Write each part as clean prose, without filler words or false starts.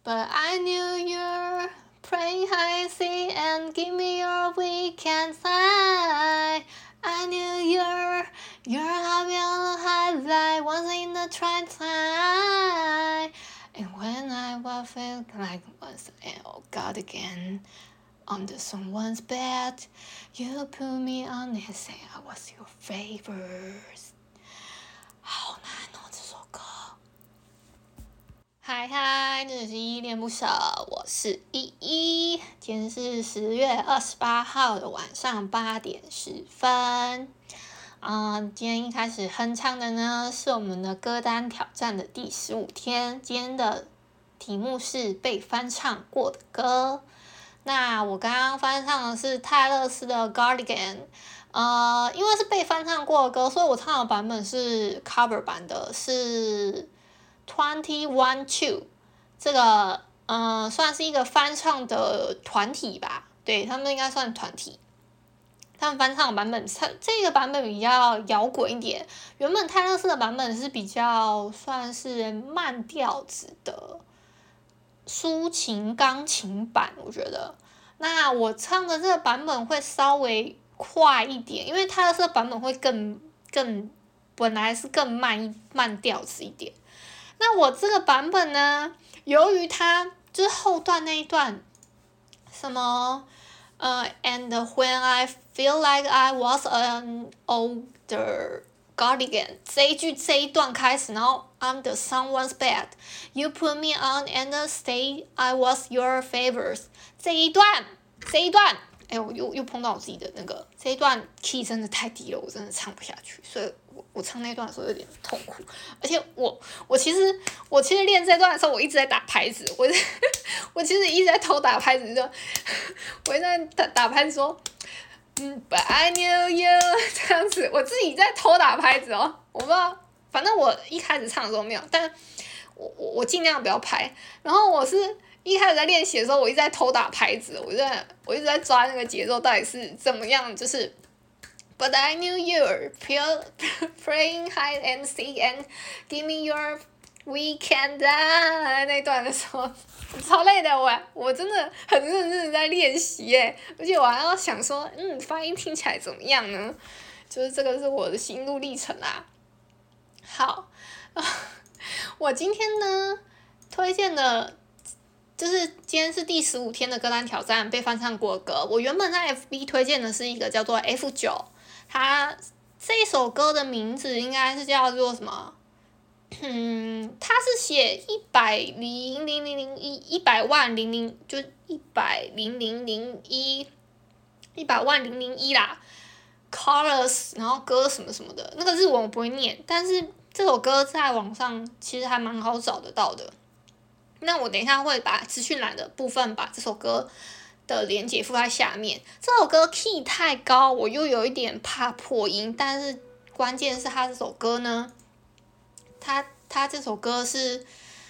But I knew you're playing hide and seek and give me your weekend sign. I knew you're having a high life once in a twilight. And when I was feeling like once oh God again under someone's bed, you put me on and say I was your favorite. 好难哦，这首歌。嗨嗨，这里是依依恋不舍，我是依依。今天是10月28号的晚上8点10分。今天一开始哼唱的呢是我们的歌单挑战的第15天。今天的题目是被翻唱过的歌。那我刚刚翻唱的是泰勒斯的 Cardigan。因为是被翻唱过的歌，所以我唱的版本是 cover 版的，是 212 这个算是一个翻唱的团体吧，对，他们应该算团体。他们翻唱的版本，这个版本比较摇滚一点。原本泰勒斯的版本是比较算是慢调子的抒情钢琴版，我觉得。那我唱的这个版本会稍微快一点，因为泰勒斯的版本会更本来是更慢调子一点。那我这个版本呢，由于它就是后段那一段，什么and when I feel like I was an older cardigan 这一段开始，然后 under someone's bed, you put me on and say I was your favorite 这一段，我又碰到我自己的那个这一段 key 真的太低了，我真的唱不下去，所以我唱那段的时候有点痛苦，而且我其实练这段的时候，我一直在打拍子，我其实一直在偷打拍子，就我一直在打拍子说，But I knew you 这样子，我自己在偷打拍子哦，我不知道，反正我一开始唱的时候没有，但我尽量不要拍，然后我是。一开始在练习的时候，我一直在偷打拍子，我一直在抓那个节奏到底是怎么样，就是 But I knew you were playing hide and seek and give me your weekend 那段的时候，超累的，我真的很认真的在练习耶，而且我还要想说，发音听起来怎么样呢？就是这个是我的心路历程啦。好，我今天呢推荐的。就是今天是第15天的歌单挑战被翻唱过的歌。我原本在 FB 推荐的是一个叫做 F9， 它这首歌的名字应该是叫做什么？它是写100万00就100万001啦 ，chorus 然后歌什么什么的，那个日文我不会念，但是这首歌在网上其实还蛮好找得到的。那我等一下会把资讯栏的部分把这首歌的连结附在下面。这首歌 key 太高，我又有一点怕破音，但是关键是它这首歌呢，它这首歌是。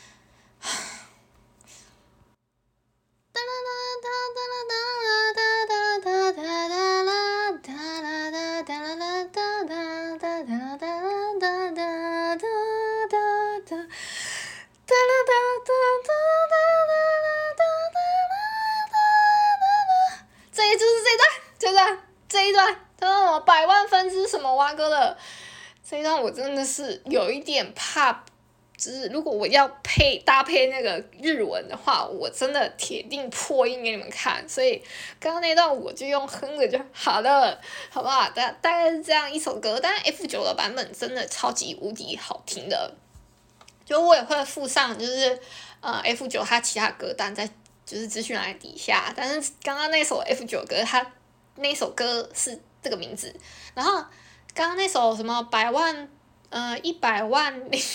这一段，100万分之什么蛙哥的这一段，我真的是有一点怕，就是如果我要搭配那个日文的话，我真的铁定破音给你们看。所以刚刚那段我就用哼的就好了，好不好？大概是这样一首歌，但是 F9 的版本真的超级无敌好听的。就我也会附上，就是F9 它其他歌单在就是资讯栏底下，但是刚刚那首 F9 歌它。那首歌是这个名字，然后刚刚那首什么100万，100万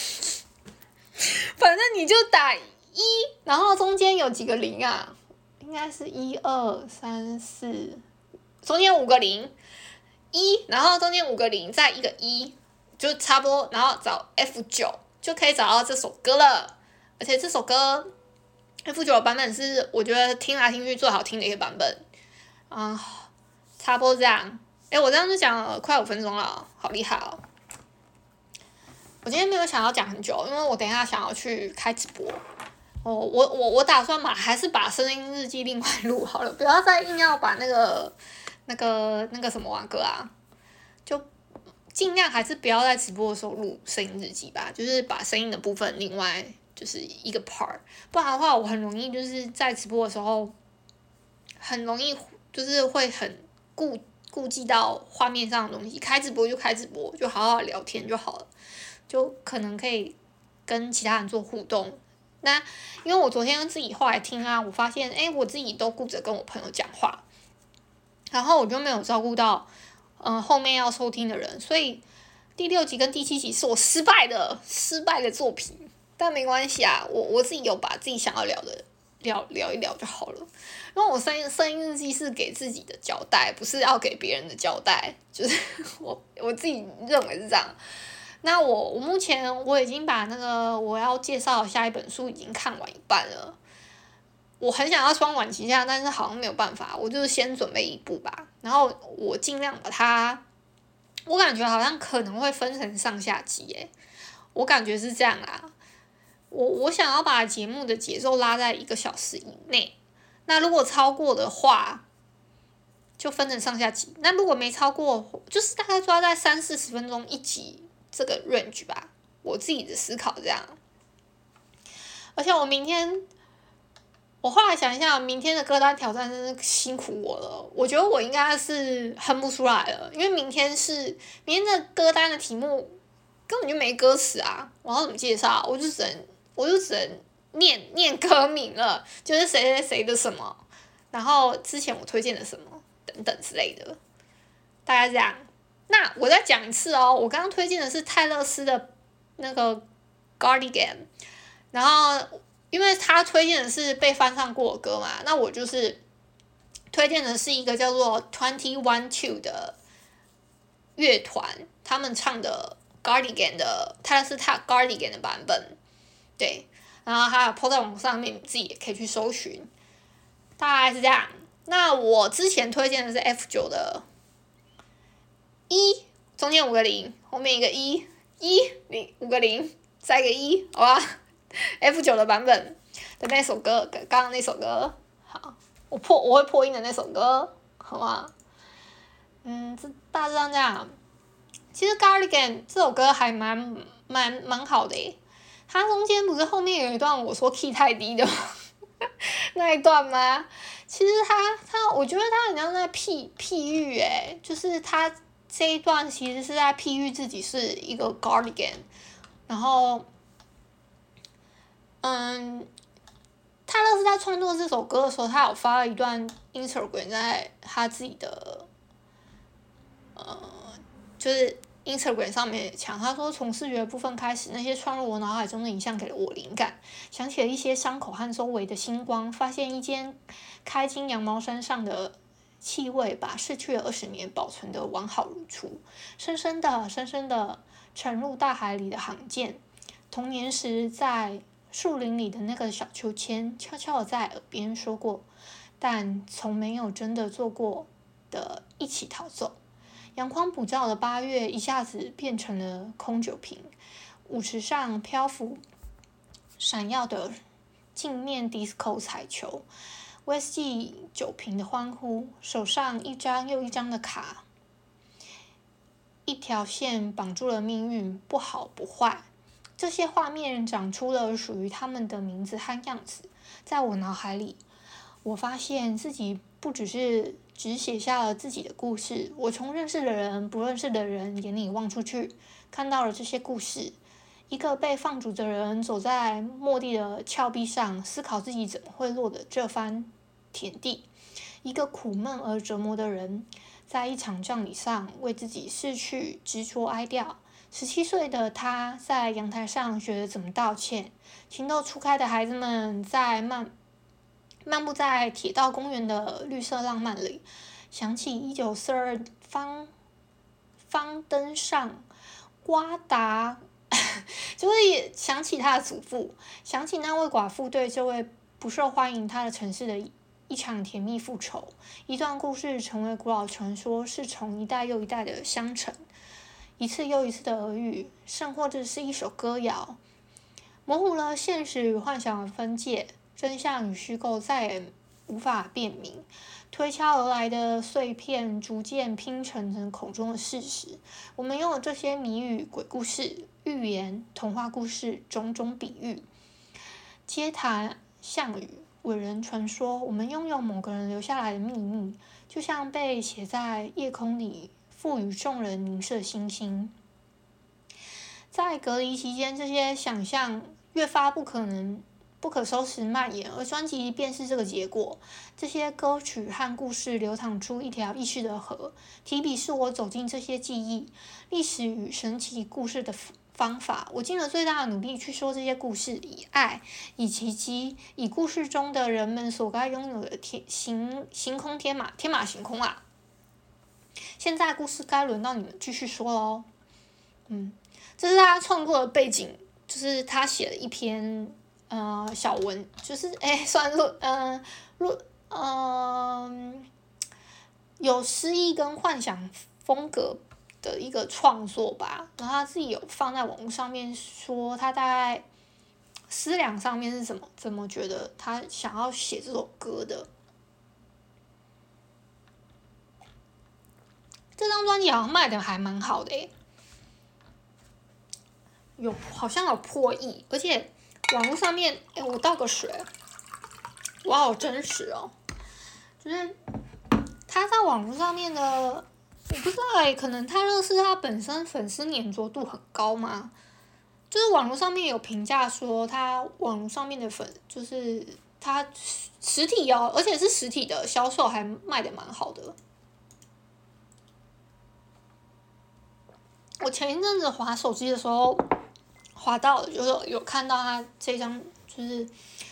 反正你就打1，然后中间有几个零啊？应该是1、2、3、4，中间有5个0，1，然后中间5个0，再一个1，就差不多，然后找 F9 就可以找到这首歌了。而且这首歌 F9 的版本是我觉得听来听去最好听的一个版本，差不多这样。我这样就讲了快5分钟了，好厉害哦！我今天没有想要讲很久，因为我等一下想要去开直播， 我打算还是把声音日记另外录好了，不要再硬要把那个什么歌啊，就尽量还是不要在直播的时候录声音日记吧，就是把声音的部分另外就是一个 part， 不然的话我很容易就是在直播的时候很容易就是会很顾忌到画面上的东西，开直播就开直播，就好好聊天就好了，就可能可以跟其他人做互动。那因为我昨天自己后来听啊，我发现我自己都顾着跟我朋友讲话，然后我就没有照顾到后面要收听的人，所以第6集跟第7集是我失败的作品，但没关系啊，我自己有把自己想要聊的聊一聊就好了。因为我声音日记是给自己的交代，不是要给别人的交代，就是我自己认为是这样。那我目前我已经把那个我要介绍的下一本书已经看完一半了，我很想要双管齐下，但是好像没有办法，我就是先准备一部吧，然后我尽量把它，我感觉好像可能会分成上下集我感觉是这样啦。我想要把节目的节奏拉在1个小时以内，那如果超过的话，就分成上下集。那如果没超过，就是大概抓在30-40分钟一集这个 range 吧，我自己的思考这样。而且我后来想一下，明天的歌单挑战真是辛苦我了。我觉得我应该是哼不出来了，因为明天的歌单的题目根本就没歌词啊，我要怎么介绍？我就只能念歌名了，就是谁谁谁的什么，然后之前我推荐的什么等等之类的，大概这样。那我再讲一次哦，我刚刚推荐的是泰勒斯的那个 Cardigan， 然后因为他推荐的是被翻唱过的歌嘛，那我就是推荐的是一个叫做 212 的乐团，他们唱的 Cardigan 的泰勒斯他 Cardigan 的版本，对，然后还有 po 在网上面，你自己也可以去搜寻，大概是这样。那我之前推荐的是 F9 的1，中间5个0，后面一个1，5个0，再一个1，好吧？F9 的版本的那首歌，刚刚那首歌，好，我会破音的那首歌，好吗？这大致上这样。其实 Cardigan 这首歌还蛮好的耶，它中间不是后面有一段我说 key 太低的那一段吗？其实我觉得他很像在譬喻就是他这一段其实是在譬喻自己是一个 Cardigan， 然后泰勒斯在创作这首歌的时候，他有发了一段 Instagram 在他自己的就是 Instagram 上面讲，他说从视觉部分开始，那些闯入我脑海中的影像给了我灵感，想起了一些伤口和周围的星光，发现一间开进羊毛衫上的气味，把逝去了20年保存的完好如初，深深的沉入大海里的航舰。童年时在树林里的那个小秋千，悄悄地在耳边说过，但从没有真的做过的一起逃走。阳光普照的8月一下子变成了空酒瓶，舞池上漂浮闪耀的镜面 disco 彩球，威士忌酒瓶的欢呼，手上一张又一张的卡，一条线绑住了命运，不好不坏。这些画面长出了属于他们的名字和样子，在我脑海里，我发现自己不只写下了自己的故事，我从认识的人、不认识的人眼里望出去，看到了这些故事。一个被放逐的人走在末地的峭壁上，思考自己怎么会落得这番田地；一个苦闷而折磨的人，在一场葬礼上为自己逝去执着哀悼。17岁的他在阳台上学着怎么道歉。情窦初开的孩子们在漫步在铁道公园的绿色浪漫里，想起1942方登上瓜达，就是也想起他的祖父，想起那位寡妇对这位不受欢迎他的城市的一场甜蜜复仇。一段故事成为古老传说，是从一代又一代的相承，一次又一次的耳语，甚或者是一首歌谣。 模糊了现实与幻想的分界，真相与虚构再也无法辨明。推敲而来的碎片逐渐拼成口中的事实。我们用了这些谜语、鬼故事、寓言、童话故事、种种比喻、街谈巷语、伟人传说，我们拥有某个人留下来的秘密，就像被写在夜空里，赋予众人凝视的星星。在隔离期间，这些想象越发不可收拾蔓延，而专辑便是这个结果。这些歌曲和故事流淌出一条意识的河，提笔是我走进这些记忆、历史与神奇故事的方法。我尽了最大的努力去说这些故事，以爱，以奇迹，以故事中的人们所该拥有的星空天马行空啊！现在故事该轮到你们继续说喽。这是他创作的背景，就是他写了一篇小文，就是算有诗意跟幻想风格的一个创作吧。然后他自己有放在网络上面说，他大概思量上面是怎么觉得他想要写这首歌的。这张专辑好像卖的还蛮好的好像有破亿，而且网络上面，我倒个水，哇，好真实哦！就是他在网络上面的，我不知道可能泰勒斯他本身粉丝黏着度很高嘛，就是网络上面有评价说他网络上面的就是他实体而且是实体的销售还卖的蛮好的。我前一阵子滑手机的时候，滑到就是有看到他这张，就是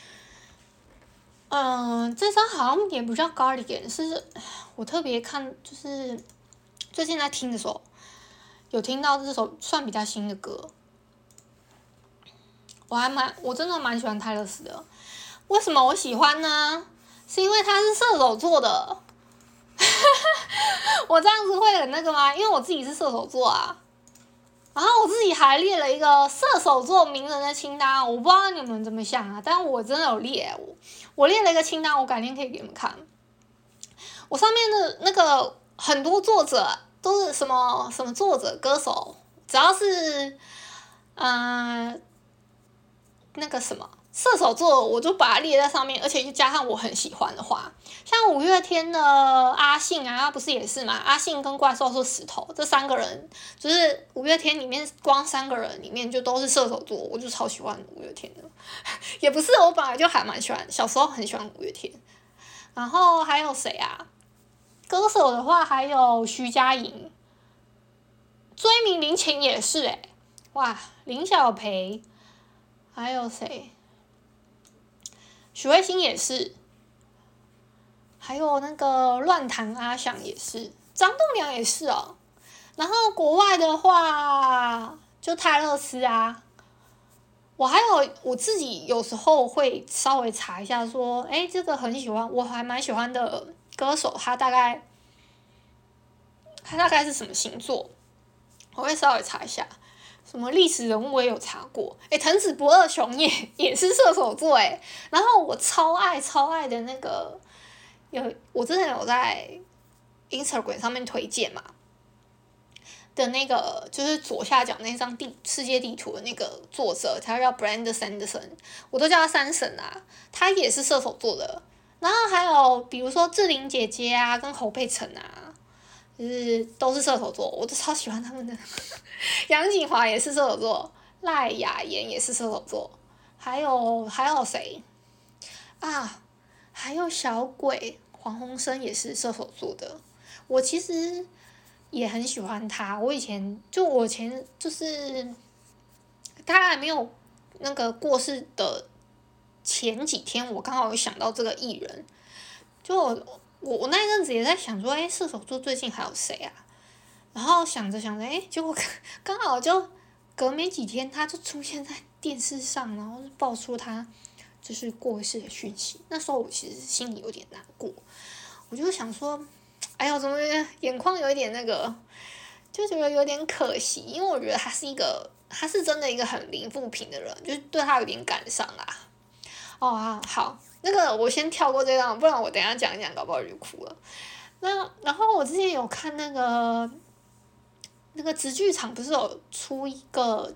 这张好像也不叫 Guardian， 是我特别看，就是最近在听的时候，有听到这首算比较新的歌。我真的蛮喜欢泰勒斯的。为什么我喜欢呢？是因为他是射手座的。我这样子会很那个吗？因为我自己是射手座啊。然后我自己还列了一个射手座名人的清单，我不知道你们怎么想啊，但我真的有列，我列了一个清单，我改天可以给你们看。我上面的那个很多作者都是什么作者、歌手，只要是那个什么射手座，我就把它列在上面，而且就加上我很喜欢的话，像五月天的阿信啊，他不是也是嘛？阿信跟怪兽是石头，这三个人就是五月天里面光三个人里面就都是射手座，我就超喜欢五月天的。也不是，我本来就还蛮喜欢，小时候很喜欢五月天。然后还有谁啊？歌手的话还有徐佳莹，追名林檎也是哇，林小培，还有谁？许慧欣也是，还有那个乱弹阿翔也是，张栋梁也是哦。然后国外的话，就泰勒斯啊。我还有我自己有时候会稍微查一下，说，这个很喜欢，我还蛮喜欢的歌手，他大概是什么星座？我会稍微查一下。什么历史人物我也有查过，藤子不二雄也是射手座然后我超爱的那个我之前有在 Instagram 上面推荐嘛的那个，就是左下角那张世界地图的那个作者，他叫 Brandon Sanderson， 我都叫他三神啊，他也是射手座的。然后还有比如说志玲姐姐啊，跟侯佩岑啊，就是都是射手座，我都超喜欢他们的。杨谨华也是射手座，赖雅妍也是射手座，还有谁啊？还有小鬼黄鸿升也是射手座的。我其实也很喜欢他，我前就是他还没有那个过世的前几天，我刚好有想到这个艺人，就我那一阵子也在想说，射手座最近还有谁啊？然后想着，结果刚好就隔没几天，他就出现在电视上，然后就爆出他就是过世的讯息。那时候我其实心里有点难过，我就想说，怎么眼眶有一点那个， 就觉得有点可惜，因为我觉得他是真的一个很零负评的人，就是对他有点感伤啦。好，那个我先跳过这段，不然我等一下讲一讲，搞不好就哭了。然后我之前有看那个直剧场不是有出一个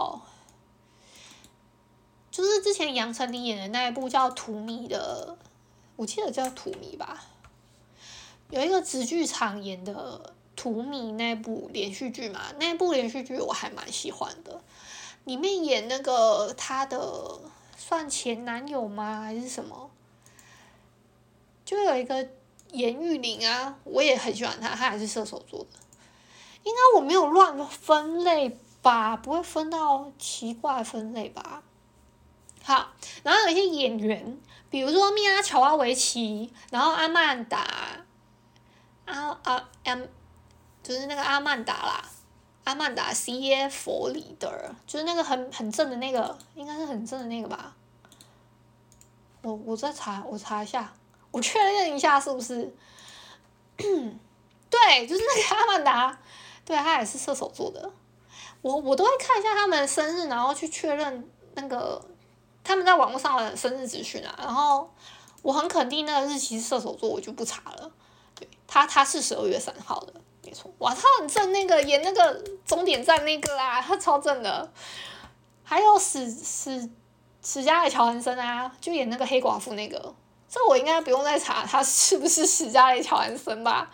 就是之前杨丞琳演的那一部叫《荼蘼》的，我记得叫《荼蘼》吧，有一个直剧场演的《荼蘼》那部连续剧嘛，那部连续剧我还蛮喜欢的，里面演那个他的算前男友吗还是什么，就有一个严玉玲啊，我也很喜欢他还是射手座的，应该我没有乱分类吧，不会分到奇怪分类吧。好，然后有一些演员，比如说米拉乔瓦维奇，然后阿曼达，就是那个阿曼达啦，阿曼达 C.A. 佛里的，就是那个很正的那个，应该是很正的那个吧。我查一下，我确认一下是不是？对，就是那个阿曼达，对，他也是射手座的。我都会看一下他们的生日，然后去确认那个他们在网络上的生日资讯啊。然后我很肯定那个日期是射手座，我就不查了。对，他是12月3号的，没错。哇，他很正，那个演那个终点站那个啊，他超正的。还有史嘉蕾·乔韩森啊，就演那个黑寡妇那个，这我应该不用再查他是不是史嘉蕾·乔韩森吧？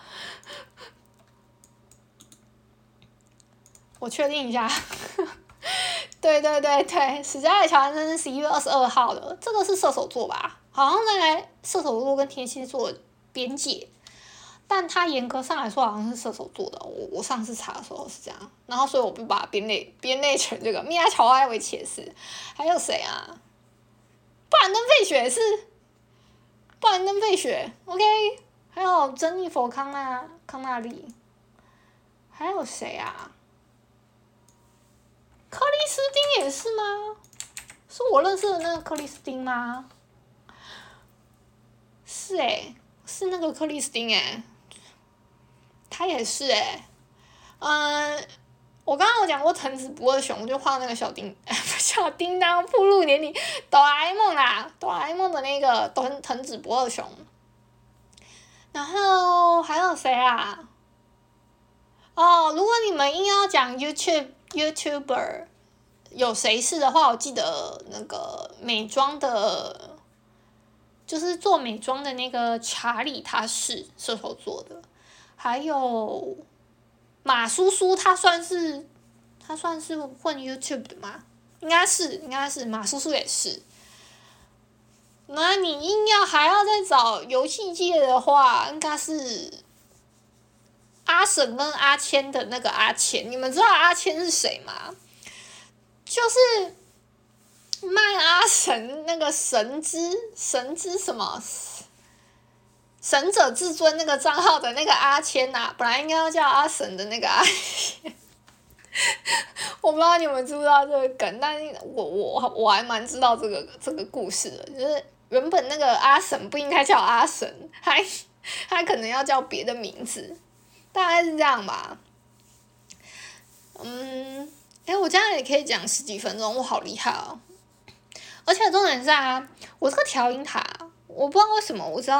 我确定一下，对，史嘉蕾·乔韩森是11月22号的，这个是射手座吧？好像在射手座跟天蝎座边界，但他严格上来说好像是射手座的。我上次查的时候是这样，然后所以我就把它编类成这个。米拉乔瓦维奇也是，还有谁啊？布兰登·费雪是，布兰登·费雪 ，OK， 还有珍妮佛·康纳利，还有谁啊？克里斯汀也是吗？是我认识的那个克里斯汀吗？是是那个克里斯汀他也是我刚刚有讲过藤子不二雄，就画那个小叮当暴露年龄，哆啦 A 梦啦，哆啦 A 梦的那个藤子不二雄。然后还有谁啊？如果你们硬要讲 YouTuber 有谁是的话，我记得那个美妆的，就是做美妆的那个查理，他是射手座的。还有马叔叔，他算是混 YouTube 的吗？应该是马叔叔也是。那你硬要还要再找游戏界的话，应该是阿婶跟阿谦的那个阿谦，你们知道阿谦是谁吗？就是卖阿神那个神之什么神者至尊那个账号的那个阿谦啊，本来应该要叫阿神的那个阿谦。我不知道你们知不知道这个梗，但是我还蛮知道这个故事的，就是原本那个阿神不应该叫阿神，他可能要叫别的名字，大概是这样吧。我这样也可以讲10几分钟，我好厉害哦！而且重点是我这个调音塔，我不知道为什么，我只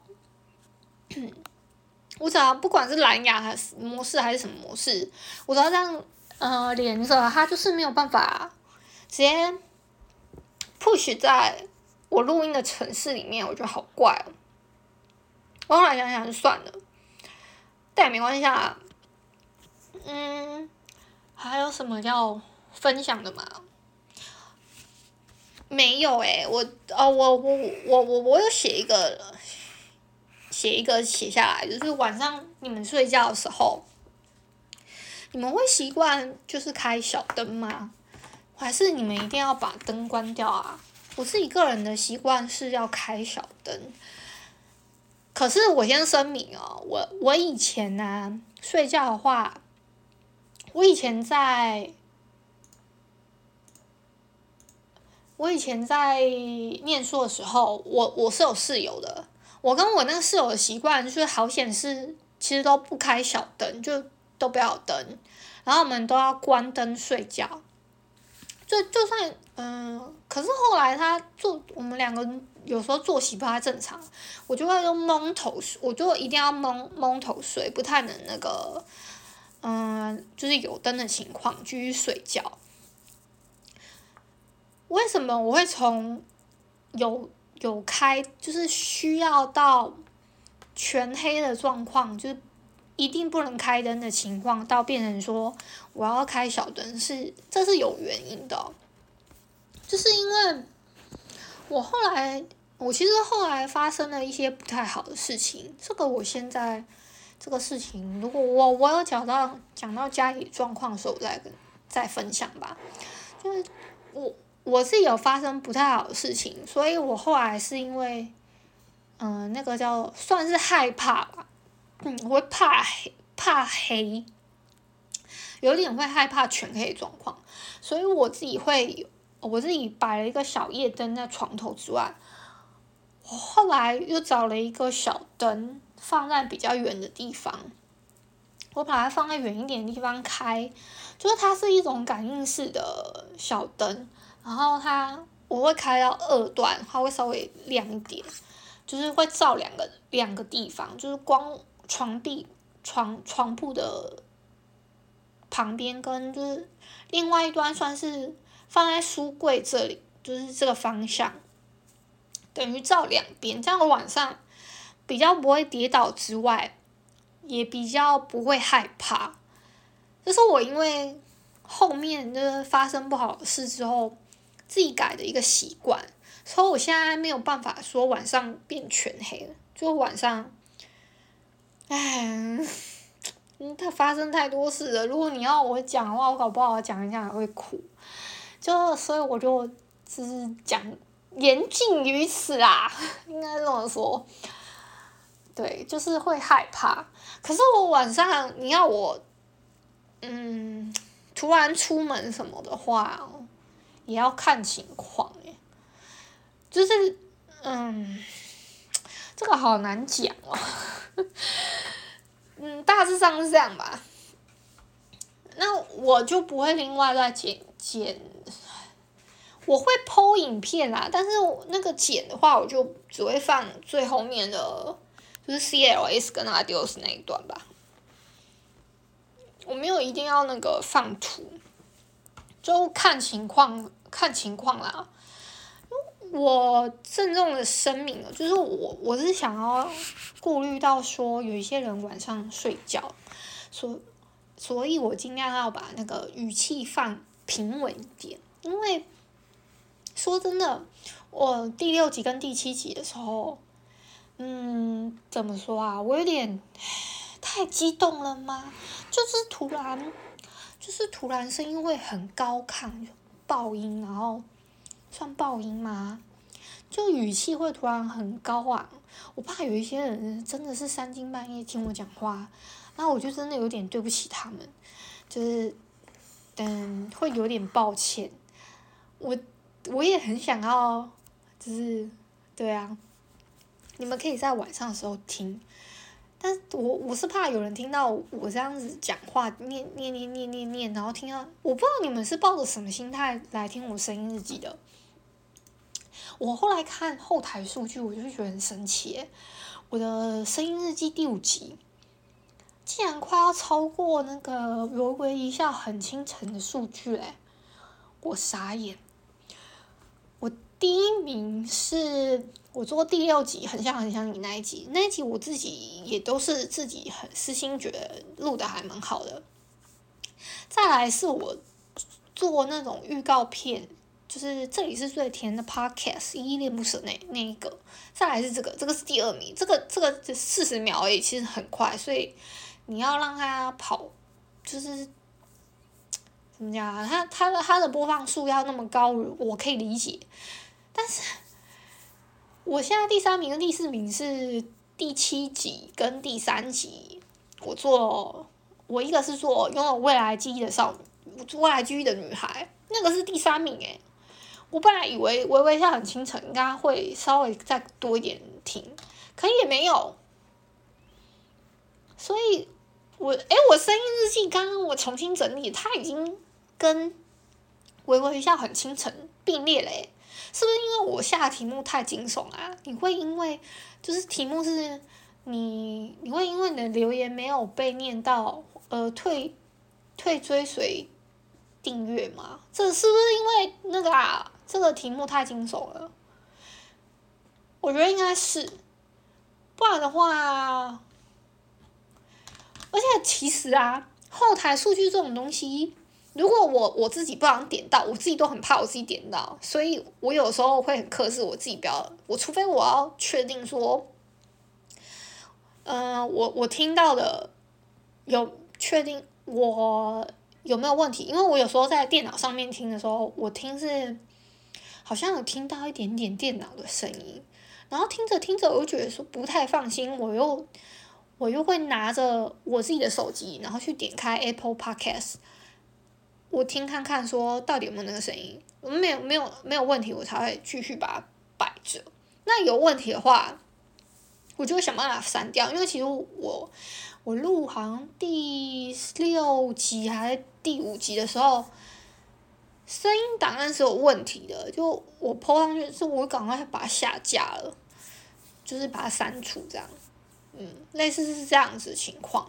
要不管是蓝牙还是模式还是什么模式，我只要这样连着，它就是没有办法直接 push 在我录音的程式里面，我觉得好怪哦。我后来想想就算了，但也没关系啊。还有什么要分享的吗？没有我有写下来，就是晚上你们睡觉的时候，你们会习惯就是开小灯吗？还是你们一定要把灯关掉啊？我自己个人的习惯是要开小灯，可是我先声明我以前睡觉的话，我以前在念书的时候，我是有室友的。我跟我那个室友的习惯就是好显示，其实都不开小灯，就都不要有灯，然后我们都要关灯睡觉。就算可是后来我们两个有时候作息不太正常，我就会用蒙头睡，我就一定要蒙头睡，不太能那个就是有灯的情况继续睡觉。为什么我会从有开就是需要到全黑的状况，就是一定不能开灯的情况，到变成说我要开小灯，这是有原因的就是因为我其实后来发生了一些不太好的事情，我现在这个事情，如果我有讲到家里状况的时候，我再分享吧。就是我自己有发生不太好的事情，所以我后来是因为那个算是害怕吧，我会怕黑，有点会害怕全黑的状况，所以我自己摆了一个小夜灯在床头之外，我后来又找了一个小灯放在比较远的地方，我把它放在远一点的地方开，就是它是一种感应式的小灯，然后我会开到2段，它会稍微亮一点，就是会照两个地方，就是光床铺的旁边跟就是另外一端算是放在书柜这里，就是这个方向，等于照两边，这样我晚上比较不会跌倒之外，也比较不会害怕。这是我因为后面就是发生不好的事之后自己改的一个习惯，所以我现在没有办法说晚上变全黑了，就晚上，它发生太多事了。如果你要我讲的话，我搞不好讲一讲还会哭。所以我就是言尽于此啦，应该这么说。对，就是会害怕。可是我晚上你要我，突然出门什么的话，也要看情况耶。就是，这个好难讲哦。大致上是这样吧。那我就不会另外再剪，我会 po 影片啦，但是那个剪的话，我就只会放最后面的，就是 CLS 跟 Adios 那一段吧。我没有一定要那个放图，就看情况啦。我郑重的声明了，就是我是想要顾虑到说有一些人晚上睡觉，所以我尽量要把那个语气放平稳一点，因为说真的，我第6集跟第7集的时候，怎么说啊？我有点太激动了吗？就是突然声音会很高亢，爆音，然后算爆音吗？就语气会突然很高昂，我怕有一些人真的是3更半夜听我讲话，然后我就真的有点对不起他们，就是会有点抱歉。我也很想要，就是对啊，你们可以在晚上的时候听，但是我是怕有人听到我这样子讲话，念，然后听到我不知道你们是抱着什么心态来听我声音日记的。我后来看后台数据，我就觉得很神奇耶，我的声音日记第5集，竟然快要超过那个微微一笑很倾城的数据嘞，我傻眼。我第1名是我做第6集，很像你那一集，我自己也都是自己很私心觉得录的还蛮好的。再来是我做那种预告片，就是这里是最甜的 podcast 依依恋不舍那一个，再来是这个是第2名，这个40秒而已，其实很快，所以你要让它跑，就是怎么讲啊？它的播放数要那么高，我可以理解，但是我现在第3名跟第4名是第7集跟第3集，我一个是做拥有未来记忆的少女，未来记忆的女孩，那个是第3名诶。我本来以为微微笑很倾城应该会稍微再多一点听，可也没有。所以我声音日记刚刚我重新整理，它已经跟微微一笑很倾城并列了诶，是不是因为我下的题目太惊悚啊？你会因为就是题目是你会因为你的留言没有被念到退追随订阅吗？这是不是因为那个这个题目太惊悚了？我觉得应该是，不然的话，而且其实后台数据这种东西，如果我自己不想点到，我自己都很怕我自己点到，所以我有时候会很克制我自己，不要除非我要确定说，我听到的有确定我有没有问题，因为我有时候在电脑上面听的时候，我听是好像有听到一点点电脑的声音，然后听着听着，我就觉得说不太放心，我又会拿着我自己的手机，然后去点开 Apple Podcast， 我听看看说到底有没有那个声音，没有问题，我才会继续把它摆着。那有问题的话，我就会想办法删掉，因为其实我录好像第6集还是第5集的时候，声音档案是有问题的，就我 po 上去，是我赶快把它下架了，就是把它删除这样，类似是这样子的情况。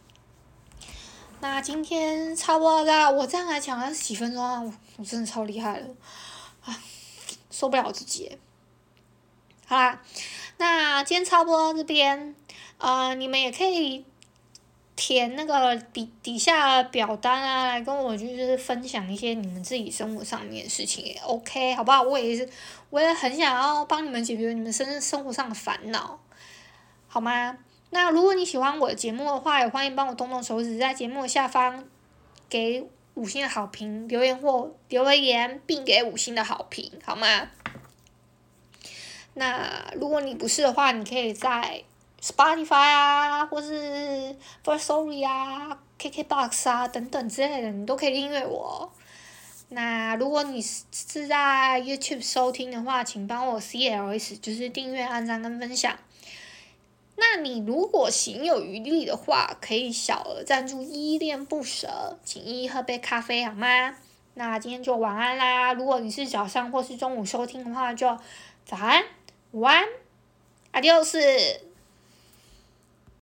那今天差不多啦，我这样来讲20几分钟啊，我真的超厉害了，受不了我自己。好啦，那今天差不多到这边，你们也可以填那个底下表单来跟我就是分享一些你们自己生活上面的事情也 OK 好不好？我也很想要帮你们解决你们生活上的烦恼，好吗？那如果你喜欢我的节目的话，也欢迎帮我动动手指，在节目的下方给5星的好评，留言并给5星的好评，好吗？那如果你不是的话，你可以在 Spotify 或是 Firstory KKBox 等等之类的，你都可以订阅我。那如果你是在 YouTube 收听的话，请帮我 CLS， 就是订阅、按赞跟分享。那你如果行有余力的话，可以小额赞助依恋不舍，请依喝杯咖啡好吗？那今天就晚安啦！如果你是早上或是中午收听的话，就早安、午安、adios。